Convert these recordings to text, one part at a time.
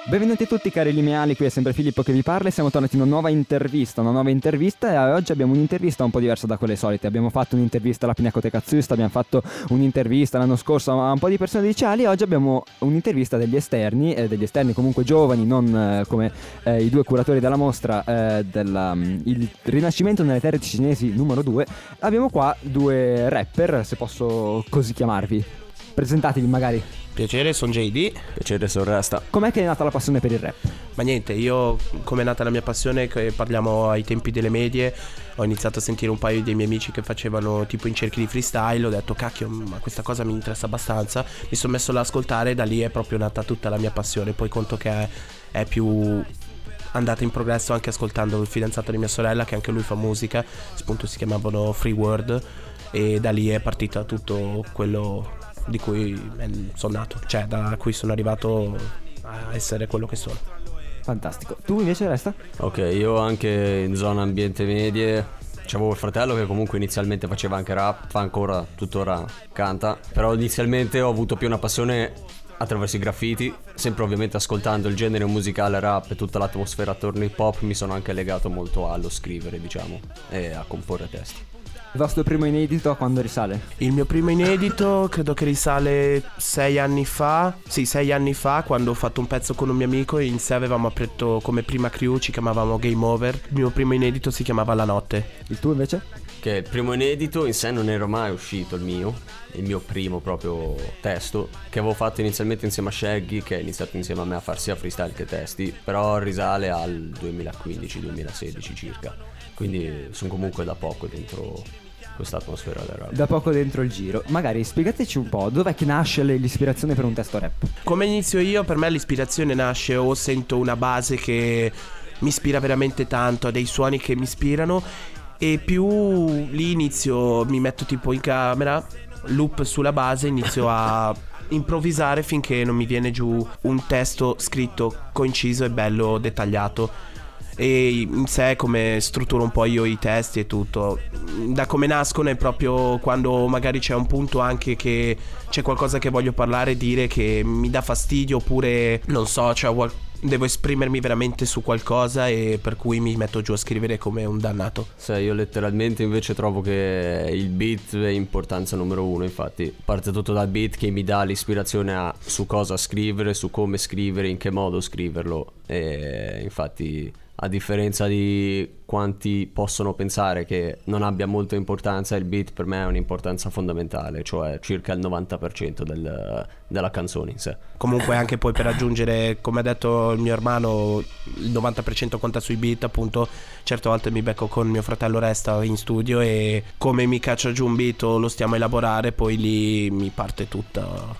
Benvenuti a tutti cari limeali, qui è sempre Filippo che vi parla e siamo tornati in una nuova intervista e oggi abbiamo un'intervista un po' diversa da quelle solite. Abbiamo fatto un'intervista alla Pinacoteca Züst, abbiamo fatto un'intervista l'anno scorso a un po' di persone di Ciali, oggi abbiamo un'intervista degli esterni comunque giovani, non come i due curatori della mostra il Rinascimento nelle terre ticinesi numero 2. Abbiamo qua due rapper, se posso così chiamarvi. Presentatevi magari. Piacere, sono JD. Piacere, sono Resta. Com'è che è nata la passione per il rap? Ma niente, io come è nata la mia passione, che parliamo ai tempi delle medie, ho iniziato a sentire un paio dei miei amici che facevano tipo in cerchi di freestyle, ho detto cacchio, ma questa cosa mi interessa abbastanza, mi sono messo ad ascoltare e da lì è proprio nata tutta la mia passione. Poi conto che è più andata in progresso anche ascoltando il fidanzato di mia sorella, che anche lui fa musica, appunto si chiamavano Free World, e da lì è partito tutto quello di cui sono nato, cioè da cui sono arrivato a essere quello che sono. Fantastico. Tu invece Resta? Ok, io anche in zona ambiente medie. C'avevo il fratello che comunque inizialmente faceva anche rap, fa ancora, tuttora canta. Però inizialmente ho avuto più una passione attraverso i graffiti, sempre ovviamente ascoltando il genere musicale rap e tutta l'atmosfera attorno hip hop. Mi sono anche legato molto allo scrivere, diciamo, e a comporre testi. Il vostro primo inedito a quando risale? Il mio primo inedito credo che risale 6 anni fa. Sì, 6 anni fa, quando ho fatto un pezzo con un mio amico e in sé avevamo aperto come prima crew, ci chiamavamo Game Over. Il mio primo inedito si chiamava La Notte. Il tuo invece? Che il primo inedito in sé non era mai uscito il mio primo proprio testo, che avevo fatto inizialmente insieme a Shaggy, che ha iniziato insieme a me a far sia freestyle che testi, però risale al 2015-2016 circa. Quindi sono comunque da poco dentro questa atmosfera del rap. Da poco dentro il giro. Magari spiegateci un po' dov'è che nasce l'ispirazione per un testo rap. Come inizio io, per me l'ispirazione nasce o sento una base che mi ispira veramente tanto, dei suoni che mi ispirano, e più lì inizio, mi metto tipo in camera, loop sulla base, inizio a improvvisare finché non mi viene giù un testo scritto, coinciso e bello dettagliato. E in sé come strutturo un po' io i testi e tutto, da come nascono è proprio quando magari c'è un punto anche che c'è qualcosa che voglio parlare, dire che mi dà fastidio, oppure non so, cioè devo esprimermi veramente su qualcosa e per cui mi metto giù a scrivere come un dannato. Sì, io letteralmente invece trovo che il beat è importanza numero uno. Infatti parte tutto dal beat che mi dà l'ispirazione su cosa scrivere, su come scrivere, in che modo scriverlo. E infatti, a differenza di quanti possono pensare che non abbia molta importanza, il beat per me è un'importanza fondamentale, cioè circa il 90% della canzone in sé. Comunque anche poi per aggiungere, come ha detto il mio hermano, il 90% conta sui beat, appunto. Certe volte mi becco con mio fratello Resta in studio e come mi caccia giù un beat o lo stiamo a elaborare, poi lì mi parte tutto.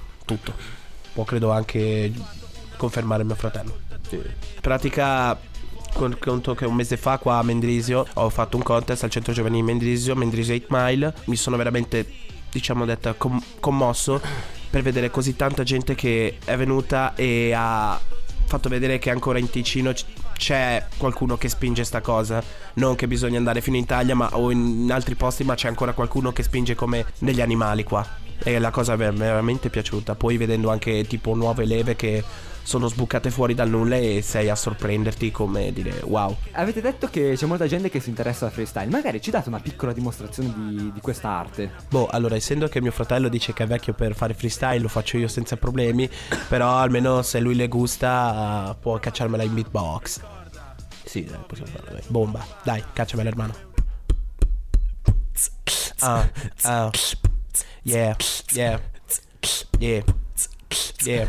Può credo anche confermare mio fratello. Sì. In pratica conto che un mese fa qua a Mendrisio ho fatto un contest al centro giovanile Mendrisio 8 Mile. Mi sono veramente, diciamo detta, commosso per vedere così tanta gente che è venuta e ha fatto vedere che ancora in Ticino c'è qualcuno che spinge sta cosa. Non che bisogna andare fino in Italia o in altri posti, ma c'è ancora qualcuno che spinge come degli animali qua. E la cosa mi è veramente piaciuta. Poi vedendo anche tipo nuove leve che sono sbucate fuori dal nulla e sei a sorprenderti, come dire wow. Avete detto che c'è molta gente che si interessa al freestyle. Magari ci date una piccola dimostrazione di questa arte? Boh, allora, essendo che mio fratello dice che è vecchio per fare freestyle, lo faccio io senza problemi. Però almeno se lui le gusta può cacciarmela in beatbox. Sì, dai, possiamo farlo, dai. Bomba, dai, cacciamela hermano. Yeah, yeah, yeah, yeah.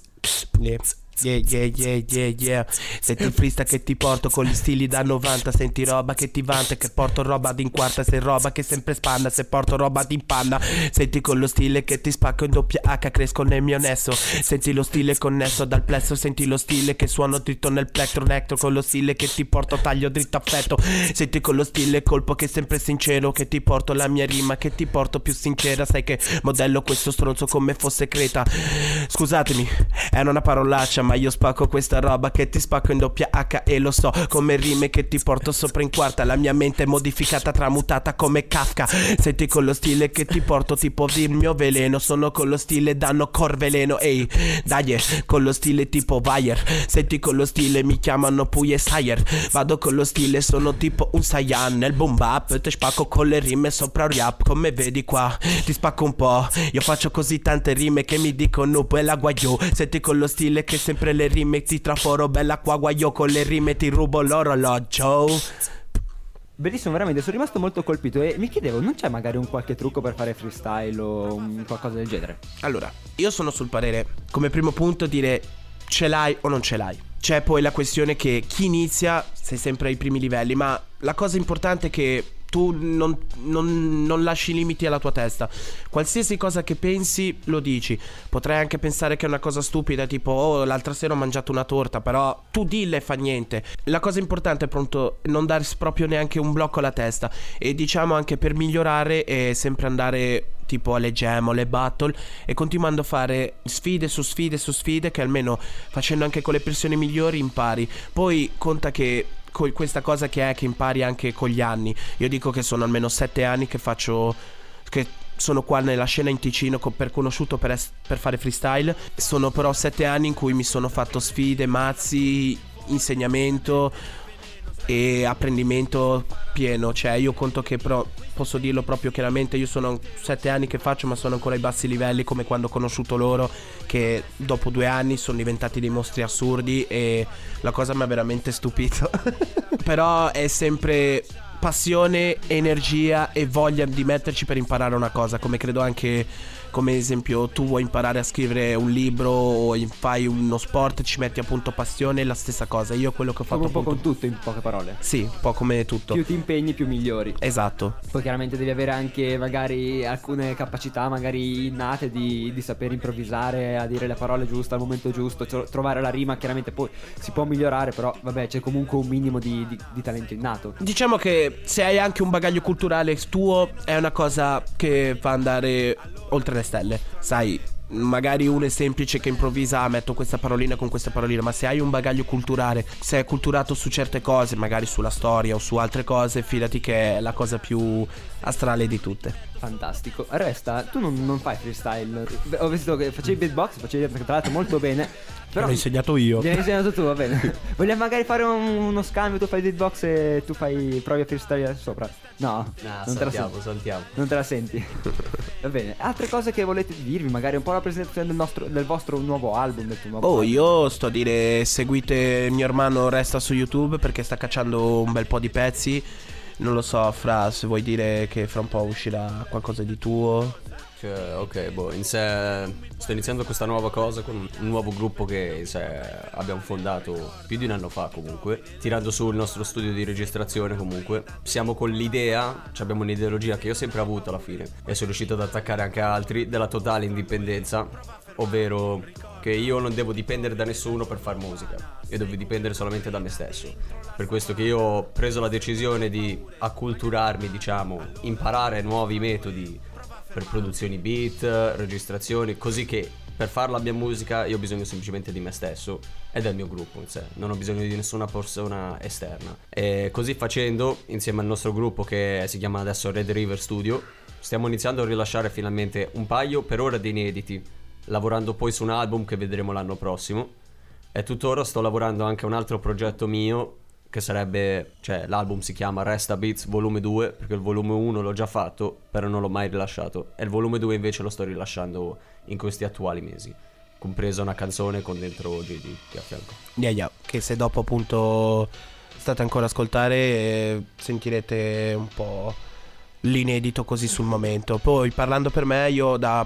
Yeah. Senti il freestyle che ti porto con gli stili da 90. Senti roba che ti vanta, che porto roba in quarta. Se roba che sempre spanna, se porto roba in panna. Senti con lo stile che ti spacco in doppia H, cresco nel mio nesso. Senti lo stile connesso dal plesso. Senti lo stile che suono dritto nel plettro necto. Con lo stile che ti porto taglio dritto affetto. Senti con lo stile colpo che sempre sincero, che ti porto la mia rima, che ti porto più sincera. Sai che modello questo stronzo come fosse Creta. Scusatemi, è una parolaccia, ma io spacco questa roba che ti spacco in doppia H e lo so, come rime che ti porto sopra in quarta. La mia mente è modificata, tramutata come Kafka. Senti con lo stile che ti porto tipo il mio veleno. Sono con lo stile danno corveleno. Ehi, dai, con lo stile tipo Bayer. Senti con lo stile mi chiamano Puye Sayer. Vado con lo stile, sono tipo un Saiyan. Nel boom bap te spacco con le rime sopra un rap. Come vedi qua, ti spacco un po'. Io faccio così tante rime che mi dicono bella guaio. Senti con lo stile che sempre le rime ti traforo. Bella qua guaio, con le rime ti rubo l'orologio. Bellissimo, veramente, sono rimasto molto colpito e mi chiedevo, non c'è magari un qualche trucco per fare freestyle o qualcosa del genere? Allora, io sono sul parere, come primo punto, dire ce l'hai o non ce l'hai. C'è poi la questione che chi inizia sei sempre ai primi livelli, ma la cosa importante è che tu non lasci limiti alla tua testa. Qualsiasi cosa che pensi lo dici. Potrai anche pensare che è una cosa stupida, tipo oh, l'altra sera ho mangiato una torta, però tu dille e fa niente. La cosa importante è appunto non dare proprio neanche un blocco alla testa. E diciamo anche per migliorare è sempre andare tipo alle jam o alle battle e continuando a fare sfide su sfide su sfide, che almeno facendo anche con le persone migliori impari. Poi conta che questa cosa che è che impari anche con gli anni. Io dico che sono almeno 7 anni che faccio, che sono qua nella scena in Ticino per conosciuto per fare freestyle. Sono però 7 anni in cui mi sono fatto sfide, mazzi, insegnamento e apprendimento pieno. Cioè io conto che però posso dirlo proprio chiaramente, io sono 7 anni che faccio ma sono ancora ai bassi livelli, come quando ho conosciuto loro che dopo 2 anni sono diventati dei mostri assurdi e la cosa mi ha veramente stupito. Però è sempre passione, energia e voglia di metterci per imparare una cosa, come credo anche, come esempio tu vuoi imparare a scrivere un libro o fai uno sport, ci metti appunto passione, la stessa cosa. Io quello che ho fatto un po' appunto, con tutto, in poche parole. sì, un po' come tutto. Più ti impegni più migliori. Esatto. Poi chiaramente devi avere anche magari alcune capacità magari innate di saper improvvisare, a dire le parole giuste al momento giusto, trovare la rima. Chiaramente poi si può migliorare, però vabbè, c'è comunque un minimo di talento innato. Diciamo che se hai anche un bagaglio culturale tuo è una cosa che fa andare oltre le stelle. Sai, magari uno è semplice che improvvisa, metto questa parolina con questa parolina, ma se hai un bagaglio culturale, se è culturato su certe cose, magari sulla storia o su altre cose, fidati che è la cosa più astrale di tutte. Fantastico. Resta, tu non fai freestyle. Ho visto che facevi beatbox, facevi tra l'altro molto bene. Però l'ho insegnato io. Mi hai insegnato tu, va bene. Vogliamo magari fare uno scambio, tu fai beatbox e tu provi a freestyle sopra. No, non saltiamo. Non te la senti. Va bene. Altre cose che volete dirvi, magari un po' la presentazione del vostro nuovo album, del tuo nuovo album. Io sto a dire seguite mio hermano Resta su YouTube perché sta cacciando un bel po' di pezzi. Non lo so, Fra, se vuoi dire che fra un po' uscirà qualcosa di tuo. Cioè, ok, in sé sto iniziando questa nuova cosa con un nuovo gruppo che in sé abbiamo fondato più di un anno fa comunque, tirando su il nostro studio di registrazione comunque. Siamo con l'idea, abbiamo un'ideologia che io ho sempre avuto alla fine e sono riuscito ad attaccare anche altri, della totale indipendenza, ovvero che io non devo dipendere da nessuno per far musica, io devo dipendere solamente da me stesso. Per questo che io ho preso la decisione di acculturarmi, diciamo, imparare nuovi metodi per produzioni beat, registrazioni, così che per fare la mia musica io ho bisogno semplicemente di me stesso e del mio gruppo in sé, non ho bisogno di nessuna persona esterna. E così facendo, insieme al nostro gruppo che si chiama adesso Red River Studio, stiamo iniziando a rilasciare finalmente un paio per ora di inediti, lavorando poi su un album che vedremo l'anno prossimo. E tuttora sto lavorando anche a un altro progetto mio che sarebbe, cioè l'album si chiama Resta Beats volume 2, perché il volume 1 l'ho già fatto però non l'ho mai rilasciato, e il volume 2 invece lo sto rilasciando in questi attuali mesi, compresa una canzone con dentro JD qui a fianco. Che se dopo appunto state ancora a ascoltare sentirete un po' l'inedito così sul momento. Poi parlando per me, io da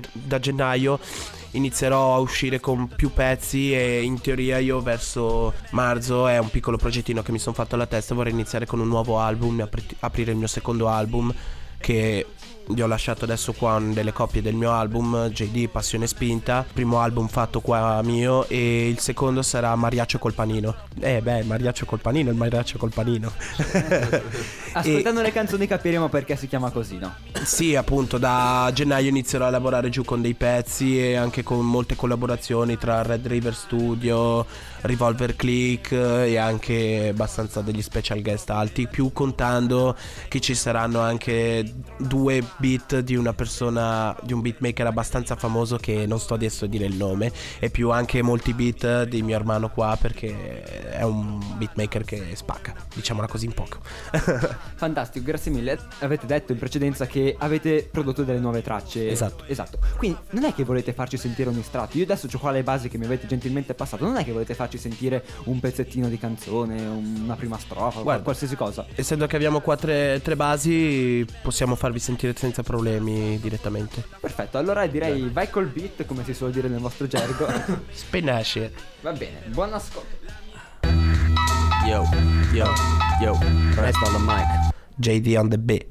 gennaio inizierò a uscire con più pezzi e in teoria io verso marzo, è un piccolo progettino che mi sono fatto alla testa, vorrei iniziare con un nuovo album, aprire il mio secondo album che vi ho lasciato adesso qua delle copie del mio album JD Passione Spinta, primo album fatto qua mio, e il secondo sarà Mariacio col panino. Mariacio col panino, il Mariacio col panino. Ascoltando le canzoni capiremo perché si chiama così, no? Sì, appunto, da gennaio inizierò a lavorare giù con dei pezzi e anche con molte collaborazioni tra Red River Studio, Revolver Click e anche abbastanza degli special guest alti, più contando che ci saranno anche 2 beat di una persona, di un beatmaker abbastanza famoso che non sto adesso a dire il nome, e più anche molti beat di mio hermano qua, perché è un beatmaker che spacca, diciamola così in poco. Fantastico, grazie mille. Avete detto in precedenza che avete prodotto delle nuove tracce. Esatto. Quindi non è che volete farci sentire un estratto. Io adesso ho qua le basi che mi avete gentilmente passato. Non è che volete farci sentire un pezzettino di canzone, una prima strofa, guarda, qualsiasi cosa. Essendo che abbiamo qua tre basi, possiamo farvi sentire senza problemi direttamente. Perfetto, allora direi vai col beat, come si suol dire nel vostro gergo. Spinasce. Va bene, buon ascolto. Yo, resta on the mic. JD on the beat.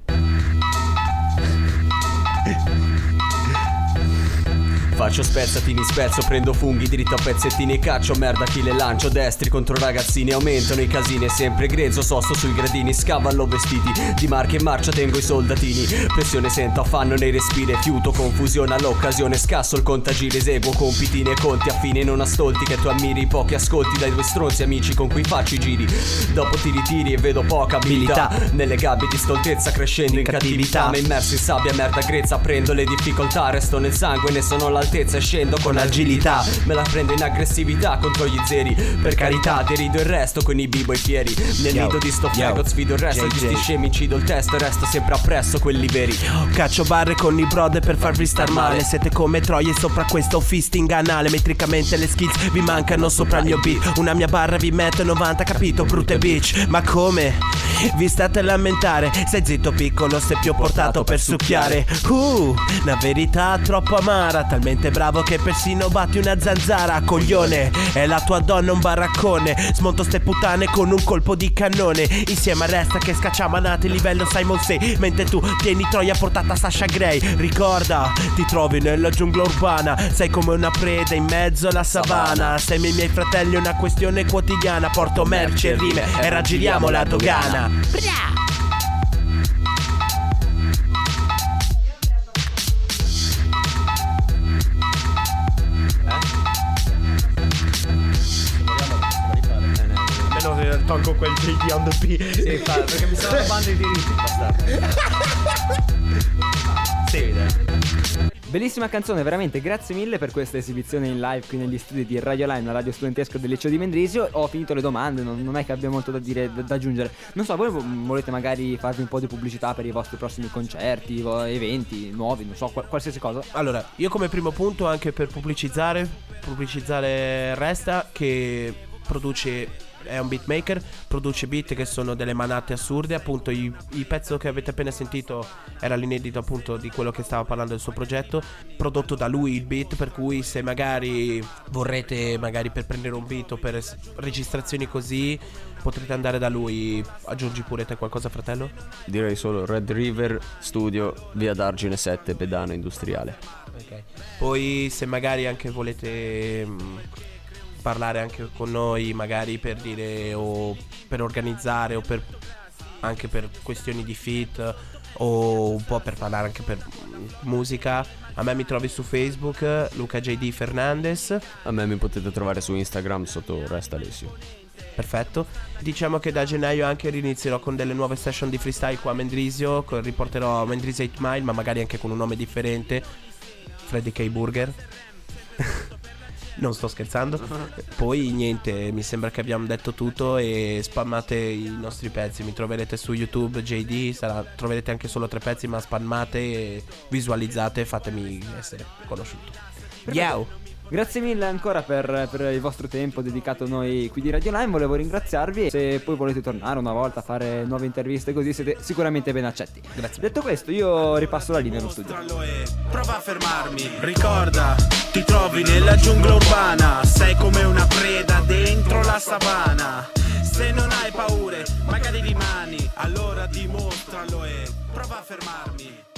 Faccio spezzatini, spezzo, prendo funghi dritto a pezzettini e caccio merda chi le lancio. Destri contro ragazzini, aumentano i casini, è sempre grezzo, sosto sui gradini, scavallo vestiti di marca in marcia, tengo i soldatini. Pressione sento, affanno nei respiri, fiuto confusione all'occasione, scasso il contagire, eseguo compitini e conti affini, non astolti che tu ammiri, pochi ascolti dai 2 stronzi amici con cui faccio i giri. Dopo tiri e vedo poca abilità nelle gabbie di stoltezza, crescendo in cattività, ma immerso in sabbia merda grezza, prendo le difficoltà, resto nel sangue, ne sono l'altezza e scendo con agilità, me la prendo in aggressività contro gli zeri, per carità derido il resto con i b-boy fieri. Nel nido di sto fagot sfido il resto di sti scemi, incido il testo e resto sempre appresso quelli veri. Caccio barre con i brother per farvi star male, siete come troie sopra questo fisting anale, metricamente le skills vi mancano sopra il mio beat, una mia barra vi mette 90, capito brutte bitch? Ma come? Vi state a lamentare, sei zitto piccolo, sei più portato per succhiare. Una verità troppo amara, talmente bravo che persino batti una zanzara. Coglione, è la tua donna un baraccone, smonto ste puttane con un colpo di cannone, insieme a Resta che scaccia manate livello Simon Say, mentre tu tieni Troia portata Sasha Grey. Ricorda, ti trovi nella giungla urbana, sei come una preda in mezzo alla savana, sei i miei fratelli, è una questione quotidiana, porto merce e rime e raggiriamo la dogana. Tolgo quel JD on the beat. Sì, perché mi stanno rubando i diritti, bastardo. Sì, Bellissima canzone, veramente, grazie mille per questa esibizione in live qui negli studi di Radio Lime, la radio studentesca del liceo di Mendrisio. Ho finito le domande, non è che abbia molto da dire, da aggiungere. Non so, voi volete magari farvi un po' di pubblicità per i vostri prossimi concerti, eventi nuovi, non so, qualsiasi cosa? Allora, io come primo punto, anche per pubblicizzare Resta, che è un beatmaker, produce beat che sono delle manate assurde. Appunto il pezzo che avete appena sentito era l'inedito appunto di quello che stava parlando del suo progetto, prodotto da lui il beat, per cui se magari vorrete, magari per prendere un beat o per registrazioni così, potrete andare da lui. Aggiungi pure te qualcosa, fratello? Direi solo Red River Studio, via d'Argine 7, Bedano Industriale. Ok. Poi se magari anche volete parlare anche con noi, magari per dire, o per organizzare, o per anche per questioni di feat, o un po' per parlare anche per musica, a me mi trovi su Facebook Luca JD Fernandez. A me mi potete trovare su Instagram sotto Resta Alessio. Perfetto. Diciamo che da gennaio anche rinizierò con delle nuove session di freestyle qua a Mendrisio, riporterò Mendrisio 8 Mile, ma magari anche con un nome differente, Freddy K Burger. Non sto scherzando. Poi niente, mi sembra che abbiamo detto tutto. E spammate i nostri pezzi, mi troverete su YouTube JD, troverete anche solo 3 pezzi, ma spammate e visualizzate, fatemi essere conosciuto. Ciao. Grazie mille ancora per il vostro tempo dedicato a noi qui di Radio Lime. Volevo ringraziarvi. Se poi volete tornare una volta a fare nuove interviste così, siete sicuramente ben accetti. Grazie. Detto questo, io ripasso la linea allo studio. Prova a fermarmi, ricorda, ti trovi nella giungla urbana, sei come una preda dentro la savana. Se non hai paure, magari rimani, allora dimostralo e prova a fermarmi.